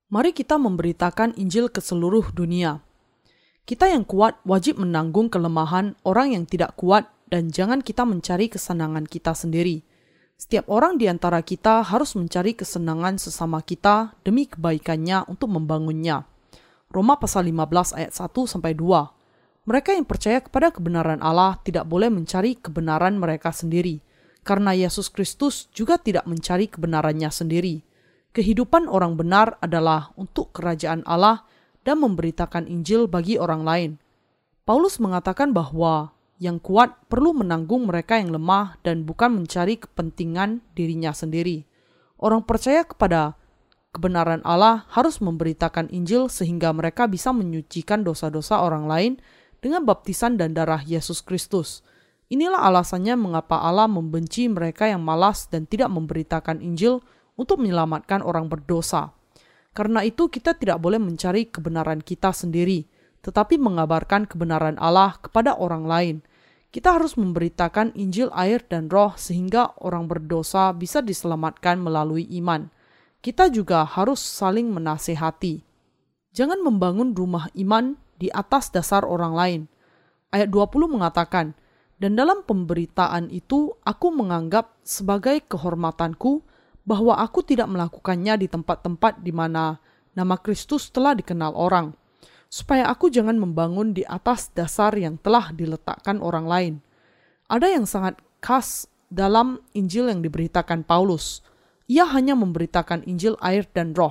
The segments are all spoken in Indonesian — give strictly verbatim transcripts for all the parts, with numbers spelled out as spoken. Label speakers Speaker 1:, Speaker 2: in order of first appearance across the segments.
Speaker 1: Mari kita memberitakan Injil ke seluruh dunia. Kita yang kuat wajib menanggung kelemahan orang yang tidak kuat dan jangan kita mencari kesenangan kita sendiri. Setiap orang di antara kita harus mencari kesenangan sesama kita demi kebaikannya untuk membangunnya. Roma pasal lima belas ayat satu sampai dua. Mereka yang percaya kepada kebenaran Allah tidak boleh mencari kebenaran mereka sendiri, karena Yesus Kristus juga tidak mencari kebenarannya sendiri. Kehidupan orang benar adalah untuk kerajaan Allah dan memberitakan Injil bagi orang lain. Paulus mengatakan bahwa yang kuat perlu menanggung mereka yang lemah dan bukan mencari kepentingan dirinya sendiri. Orang percaya kepada kebenaran Allah harus memberitakan Injil sehingga mereka bisa menyucikan dosa-dosa orang lain dengan baptisan dan darah Yesus Kristus. Inilah alasannya mengapa Allah membenci mereka yang malas dan tidak memberitakan Injil untuk menyelamatkan orang berdosa. Karena itu kita tidak boleh mencari kebenaran kita sendiri, tetapi mengabarkan kebenaran Allah kepada orang lain. Kita harus memberitakan Injil air dan roh sehingga orang berdosa bisa diselamatkan melalui iman. Kita juga harus saling menasehati. Jangan membangun rumah iman di atas dasar orang lain. Ayat dua puluh mengatakan, dan dalam pemberitaan itu aku menganggap sebagai kehormatanku bahwa aku tidak melakukannya di tempat-tempat di mana nama Kristus telah dikenal orang, supaya aku jangan membangun di atas dasar yang telah diletakkan orang lain. Ada yang sangat khas dalam Injil yang diberitakan Paulus. Ia hanya memberitakan Injil air dan roh.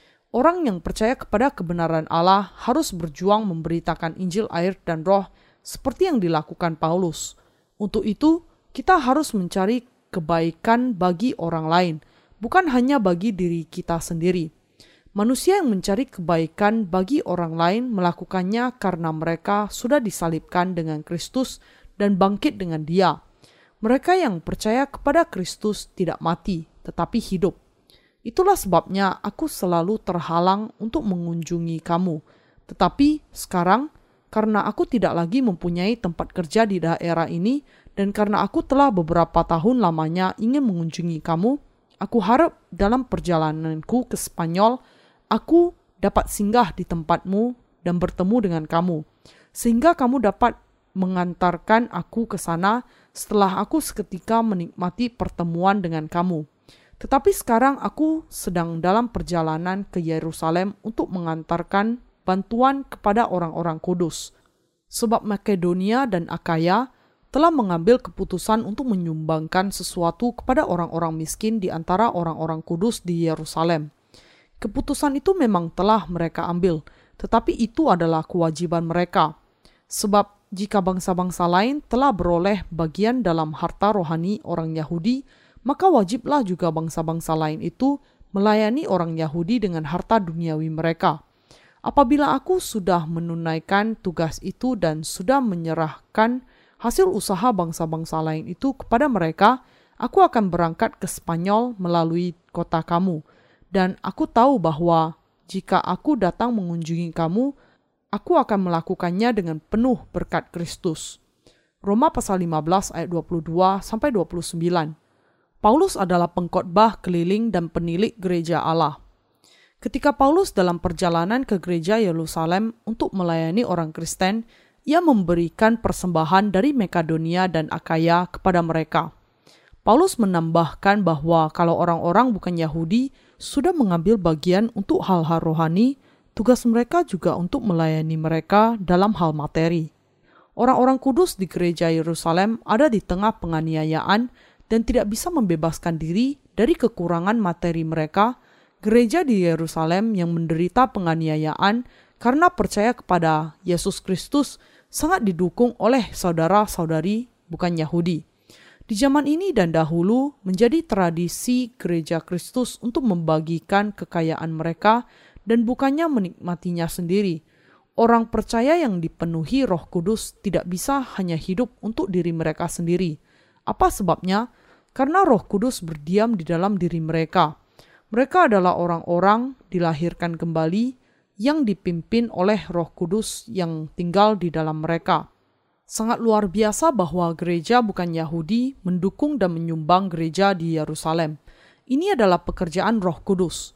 Speaker 1: Orang yang percaya kepada kebenaran Allah harus berjuang memberitakan Injil air dan roh seperti yang dilakukan Paulus. Untuk itu, kita harus mencari kebaikan bagi orang lain, bukan hanya bagi diri kita sendiri. Manusia yang mencari kebaikan bagi orang lain melakukannya karena mereka sudah disalibkan dengan Kristus dan bangkit dengan Dia. Mereka yang percaya kepada Kristus tidak mati, tetapi hidup. Itulah sebabnya aku selalu terhalang untuk mengunjungi kamu. Tetapi sekarang, karena aku tidak lagi mempunyai tempat kerja di daerah ini, dan karena aku telah beberapa tahun lamanya ingin mengunjungi kamu, aku harap dalam perjalananku ke Spanyol, aku dapat singgah di tempatmu dan bertemu dengan kamu, sehingga kamu dapat mengantarkan aku ke sana setelah aku seketika menikmati pertemuan dengan kamu. Tetapi sekarang aku sedang dalam perjalanan ke Yerusalem untuk mengantarkan bantuan kepada orang-orang kudus, sebab Makedonia dan Akaya telah mengambil keputusan untuk menyumbangkan sesuatu kepada orang-orang miskin di antara orang-orang kudus di Yerusalem. Keputusan itu memang telah mereka ambil, tetapi itu adalah kewajiban mereka. Sebab jika bangsa-bangsa lain telah beroleh bagian dalam harta rohani orang Yahudi, maka wajiblah juga bangsa-bangsa lain itu melayani orang Yahudi dengan harta duniawi mereka. Apabila aku sudah menunaikan tugas itu dan sudah menyerahkan hasil usaha bangsa-bangsa lain itu kepada mereka, aku akan berangkat ke Spanyol melalui kota kamu. Dan aku tahu bahwa jika aku datang mengunjungi kamu, aku akan melakukannya dengan penuh berkat Kristus. Roma pasal lima belas ayat dua puluh dua sampai dua puluh sembilan. Paulus adalah pengkhotbah keliling dan penilik gereja Allah. Ketika Paulus dalam perjalanan ke gereja Yerusalem untuk melayani orang Kristen, ia memberikan persembahan dari Makedonia dan Akaya kepada mereka. Paulus menambahkan bahwa kalau orang-orang bukan Yahudi sudah mengambil bagian untuk hal-hal rohani, tugas mereka juga untuk melayani mereka dalam hal materi. Orang-orang kudus di gereja Yerusalem ada di tengah penganiayaan dan tidak bisa membebaskan diri dari kekurangan materi mereka. Gereja di Yerusalem yang menderita penganiayaan karena percaya kepada Yesus Kristus sangat didukung oleh saudara-saudari bukan Yahudi. Di zaman ini dan dahulu menjadi tradisi gereja Kristus untuk membagikan kekayaan mereka dan bukannya menikmatinya sendiri. Orang percaya yang dipenuhi Roh Kudus tidak bisa hanya hidup untuk diri mereka sendiri. Apa sebabnya? Karena Roh Kudus berdiam di dalam diri mereka. Mereka adalah orang-orang dilahirkan kembali yang dipimpin oleh Roh Kudus yang tinggal di dalam mereka. Sangat luar biasa bahwa gereja bukan Yahudi mendukung dan menyumbang gereja di Yerusalem. Ini adalah pekerjaan Roh Kudus.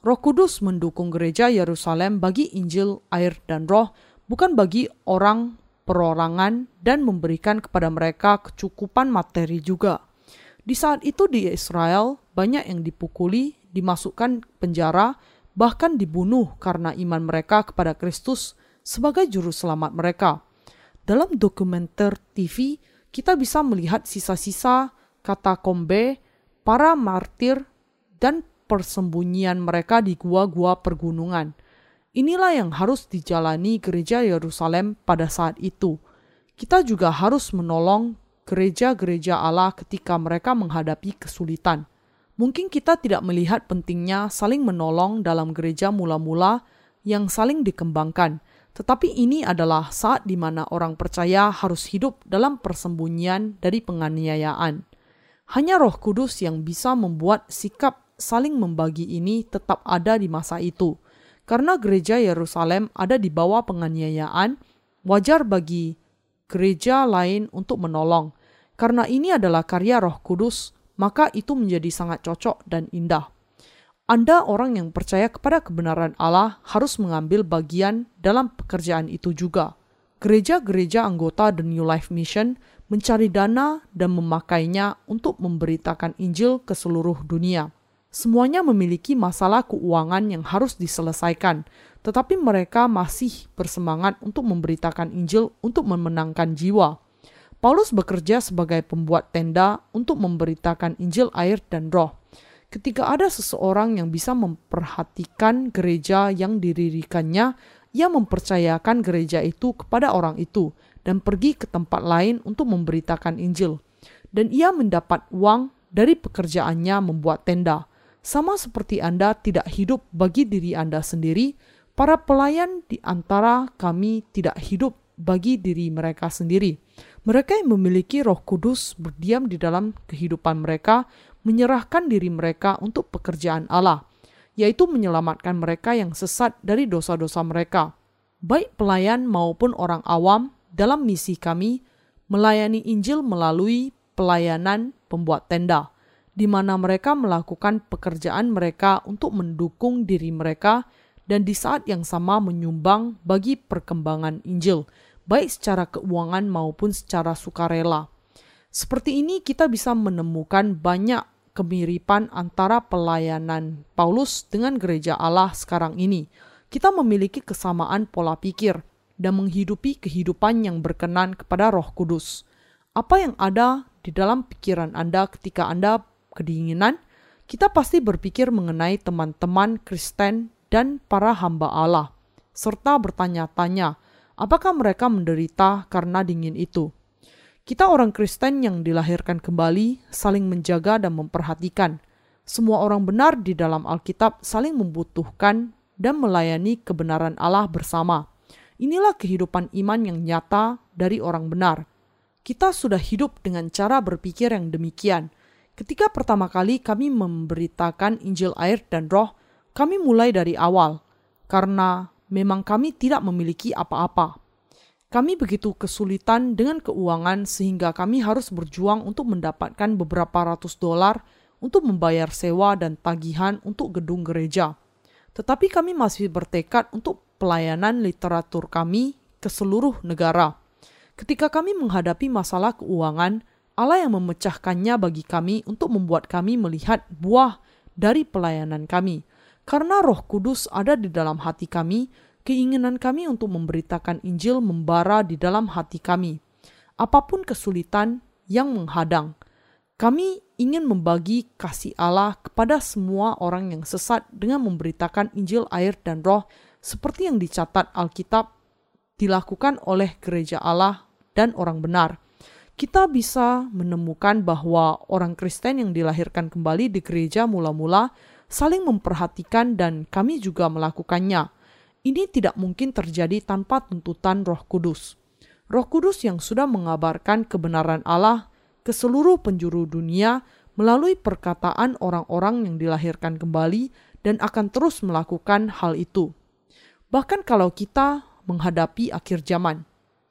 Speaker 1: Roh Kudus mendukung gereja Yerusalem bagi Injil, air, dan roh, bukan bagi orang perorangan dan memberikan kepada mereka kecukupan materi juga. Di saat itu di Israel, banyak yang dipukuli, dimasukkan penjara, bahkan dibunuh karena iman mereka kepada Kristus sebagai juru selamat mereka. Dalam dokumenter T V, kita bisa melihat sisa-sisa katakombe, para martir, dan persembunyian mereka di gua-gua pergunungan. Inilah yang harus dijalani gereja Yerusalem pada saat itu. Kita juga harus menolong gereja-gereja Allah ketika mereka menghadapi kesulitan. Mungkin kita tidak melihat pentingnya saling menolong dalam gereja mula-mula yang saling dikembangkan, tetapi ini adalah saat di mana orang percaya harus hidup dalam persembunyian dari penganiayaan. Hanya Roh Kudus yang bisa membuat sikap saling membagi ini tetap ada di masa itu. Karena gereja Yerusalem ada di bawah penganiayaan, wajar bagi gereja lain untuk menolong. Karena ini adalah karya Roh Kudus, maka itu menjadi sangat cocok dan indah. Anda orang yang percaya kepada kebenaran Allah harus mengambil bagian dalam pekerjaan itu juga. Gereja-gereja anggota The New Life Mission mencari dana dan memakainya untuk memberitakan Injil ke seluruh dunia. Semuanya memiliki masalah keuangan yang harus diselesaikan, tetapi mereka masih bersemangat untuk memberitakan Injil untuk memenangkan jiwa. Paulus bekerja sebagai pembuat tenda untuk memberitakan Injil, air, dan roh. Ketika ada seseorang yang bisa memperhatikan gereja yang didirikannya, ia mempercayakan gereja itu kepada orang itu dan pergi ke tempat lain untuk memberitakan Injil. Dan ia mendapat uang dari pekerjaannya membuat tenda. Sama seperti Anda tidak hidup bagi diri Anda sendiri, para pelayan di antara kami tidak hidup bagi diri mereka sendiri. Mereka yang memiliki Roh Kudus berdiam di dalam kehidupan mereka, menyerahkan diri mereka untuk pekerjaan Allah, yaitu menyelamatkan mereka yang sesat dari dosa-dosa mereka. Baik pelayan maupun orang awam dalam misi kami melayani Injil melalui pelayanan pembuat tenda, di mana mereka melakukan pekerjaan mereka untuk mendukung diri mereka dan di saat yang sama menyumbang bagi perkembangan Injil, baik secara keuangan maupun secara sukarela. Seperti ini kita bisa menemukan banyak kemiripan antara pelayanan Paulus dengan gereja Allah sekarang ini. Kita memiliki kesamaan pola pikir dan menghidupi kehidupan yang berkenan kepada Roh Kudus. Apa yang ada di dalam pikiran Anda ketika Anda kedinginan? Kita pasti berpikir mengenai teman-teman Kristen dan para hamba Allah, serta bertanya-tanya, apakah mereka menderita karena dingin itu? Kita orang Kristen yang dilahirkan kembali saling menjaga dan memperhatikan. Semua orang benar di dalam Alkitab saling membutuhkan dan melayani kebenaran Allah bersama. Inilah kehidupan iman yang nyata dari orang benar. Kita sudah hidup dengan cara berpikir yang demikian. Ketika pertama kali kami memberitakan Injil, air, dan roh, kami mulai dari awal, karena memang kami tidak memiliki apa-apa. Kami begitu kesulitan dengan keuangan sehingga kami harus berjuang untuk mendapatkan beberapa ratus dolar untuk membayar sewa dan tagihan untuk gedung gereja. Tetapi kami masih bertekad untuk pelayanan literatur kami ke seluruh negara. Ketika kami menghadapi masalah keuangan, Allah yang memecahkannya bagi kami untuk membuat kami melihat buah dari pelayanan kami. Karena Roh Kudus ada di dalam hati kami, keinginan kami untuk memberitakan Injil membara di dalam hati kami. Apapun kesulitan yang menghadang, kami ingin membagi kasih Allah kepada semua orang yang sesat dengan memberitakan Injil, air, dan roh seperti yang dicatat Alkitab dilakukan oleh gereja Allah dan orang benar. Kita bisa menemukan bahwa orang Kristen yang dilahirkan kembali di gereja mula-mula saling memperhatikan dan kami juga melakukannya. Ini tidak mungkin terjadi tanpa tuntutan Roh Kudus. Roh Kudus yang sudah mengabarkan kebenaran Allah ke seluruh penjuru dunia melalui perkataan orang-orang yang dilahirkan kembali dan akan terus melakukan hal itu. Bahkan kalau kita menghadapi akhir zaman.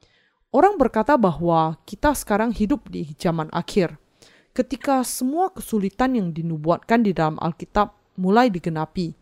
Speaker 1: Orang berkata bahwa kita sekarang hidup di zaman akhir, ketika semua kesulitan yang dinubuatkan di dalam Alkitab mulai digenapi.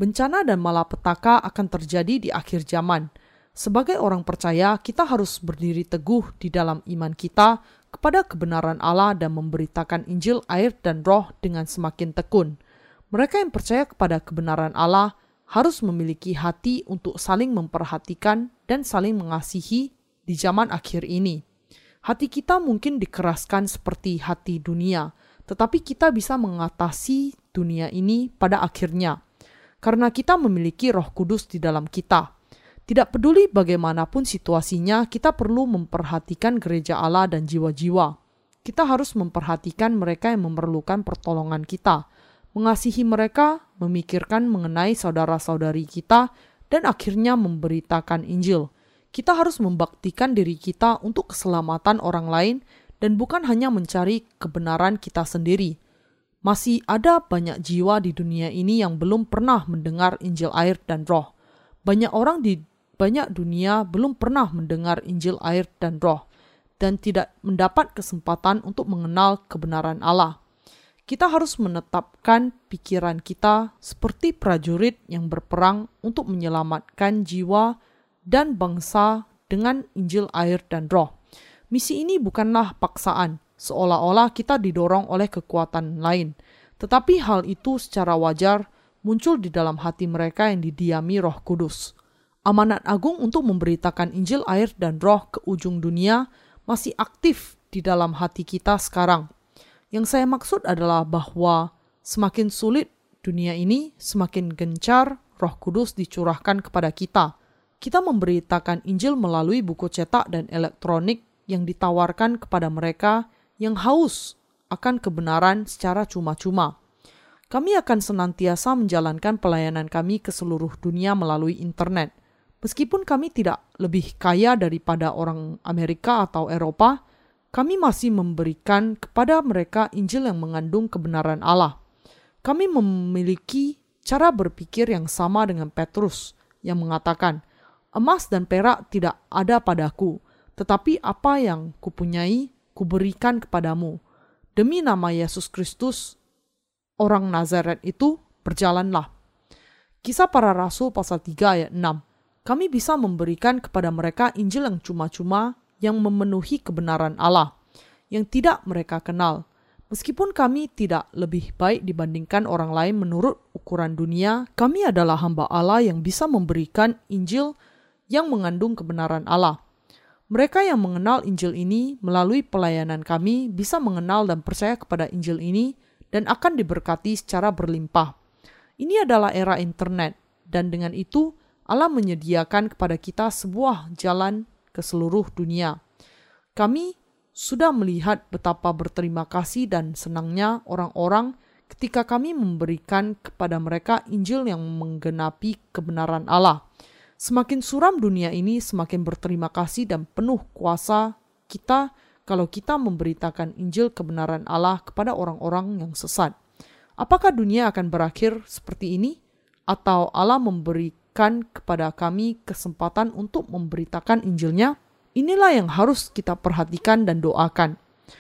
Speaker 1: Bencana dan malapetaka akan terjadi di akhir zaman. Sebagai orang percaya, kita harus berdiri teguh di dalam iman kita kepada kebenaran Allah dan memberitakan Injil, air, dan Roh dengan semakin tekun. Mereka yang percaya kepada kebenaran Allah harus memiliki hati untuk saling memperhatikan dan saling mengasihi di zaman akhir ini. Hati kita mungkin dikeraskan seperti hati dunia, tetapi kita bisa mengatasi dunia ini pada akhirnya, karena kita memiliki Roh Kudus di dalam kita. Tidak peduli bagaimanapun situasinya, kita perlu memperhatikan gereja Allah dan jiwa-jiwa. Kita harus memperhatikan mereka yang memerlukan pertolongan kita, mengasihi mereka, memikirkan mengenai saudara-saudari kita, dan akhirnya memberitakan Injil. Kita harus membaktikan diri kita untuk keselamatan orang lain dan bukan hanya mencari kebenaran kita sendiri. Masih ada banyak jiwa di dunia ini yang belum pernah mendengar Injil, air, dan Roh. Banyak orang di banyak dunia belum pernah mendengar Injil, air, dan Roh, dan tidak mendapat kesempatan untuk mengenal kebenaran Allah. Kita harus menetapkan pikiran kita seperti prajurit yang berperang untuk menyelamatkan jiwa dan bangsa dengan Injil, air, dan Roh. Misi ini bukanlah paksaan, seolah-olah kita didorong oleh kekuatan lain, tetapi hal itu secara wajar muncul di dalam hati mereka yang didiami Roh Kudus. Amanat agung untuk memberitakan Injil, air, dan Roh ke ujung dunia masih aktif di dalam hati kita sekarang. Yang saya maksud adalah bahwa semakin sulit dunia ini, semakin gencar Roh Kudus dicurahkan kepada kita. Kita memberitakan Injil melalui buku cetak dan elektronik yang ditawarkan kepada mereka yang haus akan kebenaran secara cuma-cuma. Kami akan senantiasa menjalankan pelayanan kami ke seluruh dunia melalui internet. Meskipun kami tidak lebih kaya daripada orang Amerika atau Eropa, kami masih memberikan kepada mereka Injil yang mengandung kebenaran Allah. Kami memiliki cara berpikir yang sama dengan Petrus yang mengatakan, emas dan perak tidak ada padaku, tetapi apa yang kupunyai, kuberikan kepadamu. Demi nama Yesus Kristus, orang Nazaret itu, berjalanlah. Kisah Para Rasul pasal tiga ayat enam. Kami bisa memberikan kepada mereka Injil yang cuma-cuma yang memenuhi kebenaran Allah, yang tidak mereka kenal. Meskipun kami tidak lebih baik dibandingkan orang lain menurut ukuran dunia, kami adalah hamba Allah yang bisa memberikan Injil yang mengandung kebenaran Allah. Mereka yang mengenal Injil ini melalui pelayanan kami bisa mengenal dan percaya kepada Injil ini dan akan diberkati secara berlimpah. Ini adalah era internet, dan dengan itu Allah menyediakan kepada kita sebuah jalan ke seluruh dunia. Kami sudah melihat betapa berterima kasih dan senangnya orang-orang ketika kami memberikan kepada mereka Injil yang menggenapi kebenaran Allah. Semakin suram dunia ini, semakin berterima kasih dan penuh kuasa kita kalau kita memberitakan Injil kebenaran Allah kepada orang-orang yang sesat. Apakah dunia akan berakhir seperti ini? Atau Allah memberikan kepada kami kesempatan untuk memberitakan Injilnya? Inilah yang harus kita perhatikan dan doakan.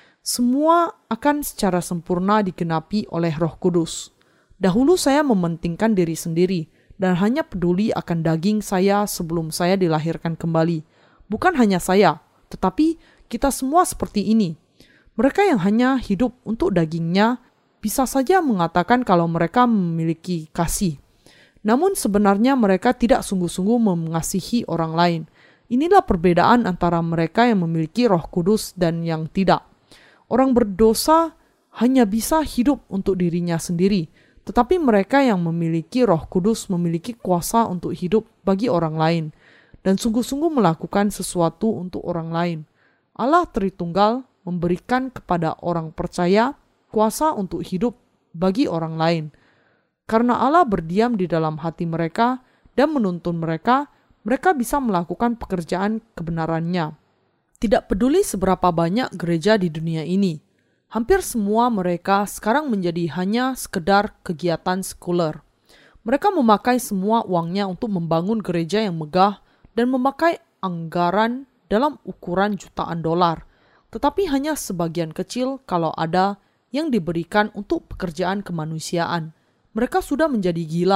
Speaker 1: Semua akan secara sempurna digenapi oleh Roh Kudus. Dahulu saya mementingkan diri sendiri dan hanya peduli akan daging saya sebelum saya dilahirkan kembali. Bukan hanya saya, tetapi kita semua seperti ini. Mereka yang hanya hidup untuk dagingnya bisa saja mengatakan kalau mereka memiliki kasih. Namun sebenarnya mereka tidak sungguh-sungguh mengasihi orang lain. Inilah perbedaan antara mereka yang memiliki Roh Kudus dan yang tidak. Orang berdosa hanya bisa hidup untuk dirinya sendiri, tetapi mereka yang memiliki Roh Kudus memiliki kuasa untuk hidup bagi orang lain dan sungguh-sungguh melakukan sesuatu untuk orang lain. Allah Tritunggal memberikan kepada orang percaya kuasa untuk hidup bagi orang lain. Karena Allah berdiam di dalam hati mereka dan menuntun mereka, mereka bisa melakukan pekerjaan kebenarannya. Tidak peduli seberapa banyak gereja di dunia ini, hampir semua mereka sekarang menjadi hanya sekedar kegiatan sekuler. Mereka memakai semua uangnya untuk membangun gereja yang megah dan memakai anggaran dalam ukuran jutaan dolar, tetapi hanya sebagian kecil kalau ada yang diberikan untuk pekerjaan kemanusiaan. Mereka sudah menjadi gila.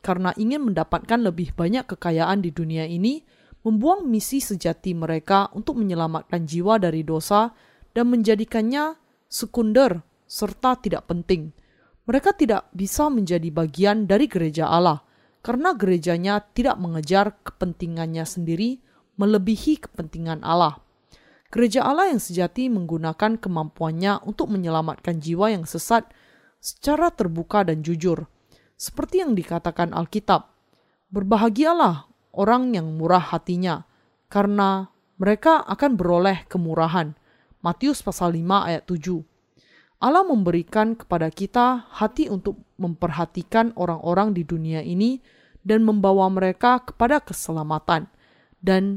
Speaker 1: karena ingin mendapatkan lebih banyak kekayaan di dunia ini, membuang misi sejati mereka untuk menyelamatkan jiwa dari dosa dan menjadikannya sekunder serta tidak penting. Mereka tidak bisa menjadi bagian dari gereja Allah karena gerejanya tidak mengejar kepentingannya sendiri melebihi kepentingan Allah. Gereja Allah yang sejati menggunakan kemampuannya untuk menyelamatkan jiwa yang sesat secara terbuka dan jujur. Seperti yang dikatakan Alkitab, berbahagialah orang yang murah hatinya, karena mereka akan beroleh kemurahan. Matius pasal lima ayat tujuh. Allah memberikan kepada kita hati untuk memperhatikan orang-orang di dunia ini dan membawa mereka kepada keselamatan. Dan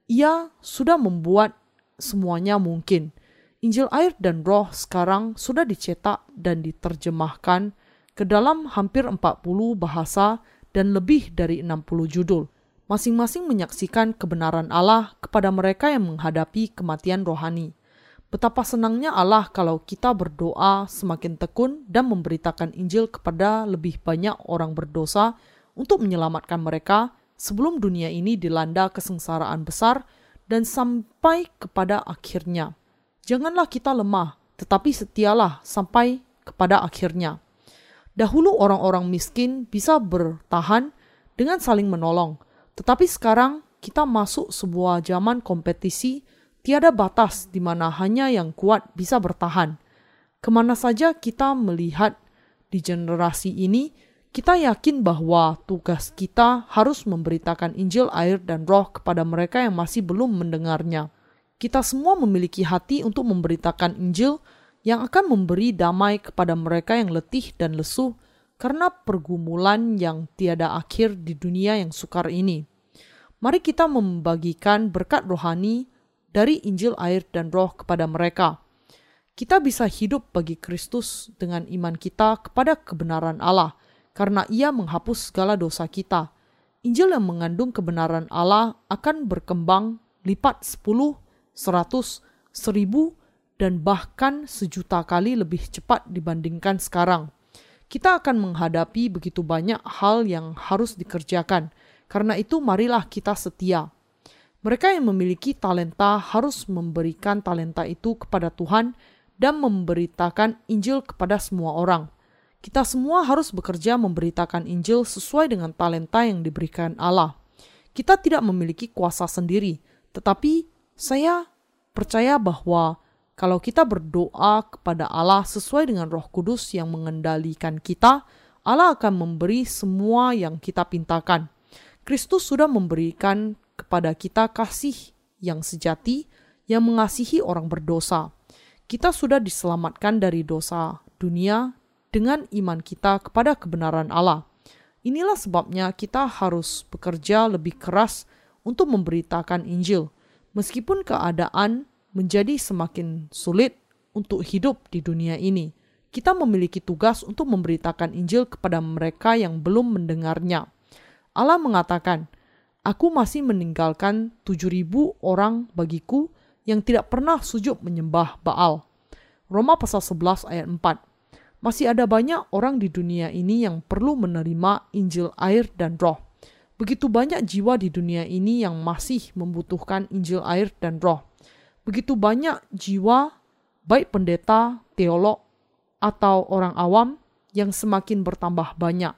Speaker 1: Ia sudah membuat semuanya mungkin. Injil air dan roh sekarang sudah dicetak dan diterjemahkan ke dalam hampir empat puluh bahasa dan lebih dari enam puluh judul. Masing-masing menyaksikan kebenaran Allah kepada mereka yang menghadapi kematian rohani. Betapa senangnya Allah kalau kita berdoa semakin tekun dan memberitakan Injil kepada lebih banyak orang berdosa untuk menyelamatkan mereka sebelum dunia ini dilanda kesengsaraan besar dan sampai kepada akhirnya. Janganlah kita lemah, tetapi setialah sampai kepada akhirnya. Dahulu orang-orang miskin bisa bertahan dengan saling menolong, tetapi sekarang kita masuk sebuah zaman kompetisi tiada batas di mana hanya yang kuat bisa bertahan. Kemana saja kita melihat di generasi ini, kita yakin bahwa tugas kita harus memberitakan Injil air dan roh kepada mereka yang masih belum mendengarnya. Kita semua memiliki hati untuk memberitakan Injil yang akan memberi damai kepada mereka yang letih dan lesu karena pergumulan yang tiada akhir di dunia yang sukar ini. Mari kita membagikan berkat rohani dari Injil air dan roh kepada mereka. Kita bisa hidup bagi Kristus dengan iman kita kepada kebenaran Allah, karena Ia menghapus segala dosa kita. Injil yang mengandung kebenaran Allah akan berkembang lipat sepuluh, seratus, seribu, dan bahkan sejuta kali lebih cepat dibandingkan sekarang. Kita akan menghadapi begitu banyak hal yang harus dikerjakan. Karena itu marilah kita setia. Mereka yang memiliki talenta harus memberikan talenta itu kepada Tuhan dan memberitakan Injil kepada semua orang. Kita semua harus bekerja memberitakan Injil sesuai dengan talenta yang diberikan Allah. Kita tidak memiliki kuasa sendiri, tetapi saya percaya bahwa kalau kita berdoa kepada Allah sesuai dengan Roh Kudus yang mengendalikan kita, Allah akan memberi semua yang kita pintakan. Kristus sudah memberikan kepada kita kasih yang sejati yang mengasihi orang berdosa. Kita sudah diselamatkan dari dosa dunia dengan iman kita kepada kebenaran Allah. Inilah sebabnya kita harus bekerja lebih keras untuk memberitakan Injil, meskipun keadaan menjadi semakin sulit untuk hidup di dunia ini. Kita memiliki tugas untuk memberitakan Injil kepada mereka yang belum mendengarnya. Allah mengatakan, Aku masih meninggalkan tujuh ribu orang bagiku yang tidak pernah sujud menyembah Baal. Roma pasal sebelas ayat empat. Masih ada banyak orang di dunia ini yang perlu menerima Injil air dan roh. Begitu banyak jiwa di dunia ini yang masih membutuhkan Injil air dan roh. Begitu banyak jiwa, baik pendeta, teolog, atau orang awam yang semakin bertambah banyak.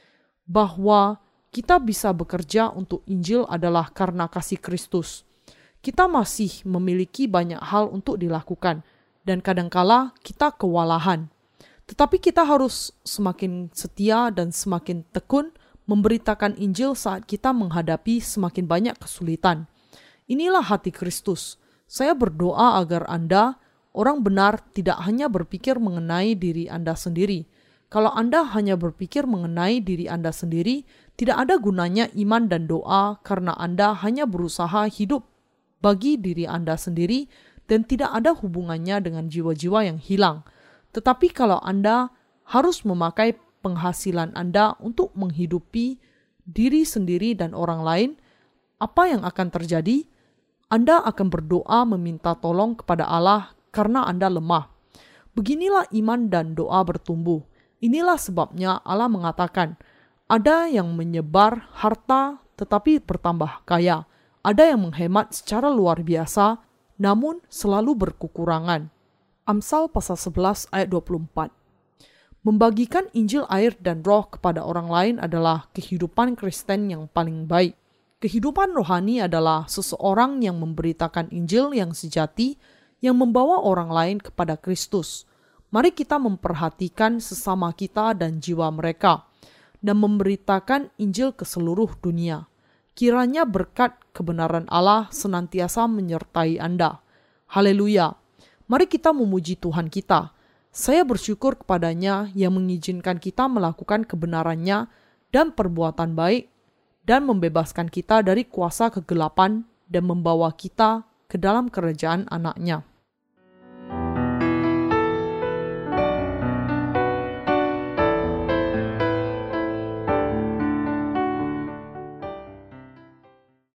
Speaker 1: Bahwa kita bisa bekerja untuk Injil adalah karena kasih Kristus. Kita masih memiliki banyak hal untuk dilakukan, dan kadangkala kita kewalahan. Tetapi kita harus semakin setia dan semakin tekun memberitakan Injil saat kita menghadapi semakin banyak kesulitan. Inilah hati Kristus. Saya berdoa agar Anda, orang benar, tidak hanya berpikir mengenai diri Anda sendiri. Kalau Anda hanya berpikir mengenai diri Anda sendiri, tidak ada gunanya iman dan doa karena Anda hanya berusaha hidup bagi diri Anda sendiri dan tidak ada hubungannya dengan jiwa-jiwa yang hilang. Tetapi kalau Anda harus memakai penghasilan Anda untuk menghidupi diri sendiri dan orang lain, apa yang akan terjadi? Anda akan berdoa meminta tolong kepada Allah karena Anda lemah. Beginilah iman dan doa bertumbuh. Inilah sebabnya Allah mengatakan, Ada yang menyebar harta tetapi bertambah kaya. Ada yang menghemat secara luar biasa namun selalu berkekurangan. Amsal pasal sebelas ayat dua puluh empat. Membagikan Injil air dan roh kepada orang lain adalah kehidupan Kristen yang paling baik. Kehidupan rohani adalah seseorang yang memberitakan Injil yang sejati yang membawa orang lain kepada Kristus. Mari kita memperhatikan sesama kita dan jiwa mereka dan memberitakan Injil ke seluruh dunia. Kiranya berkat kebenaran Allah senantiasa menyertai Anda. Haleluya. Mari kita memuji Tuhan kita. Saya bersyukur kepadanya yang mengizinkan kita melakukan kebenarannya dan perbuatan baik dan membebaskan kita dari kuasa kegelapan dan membawa kita ke dalam kerajaan anaknya.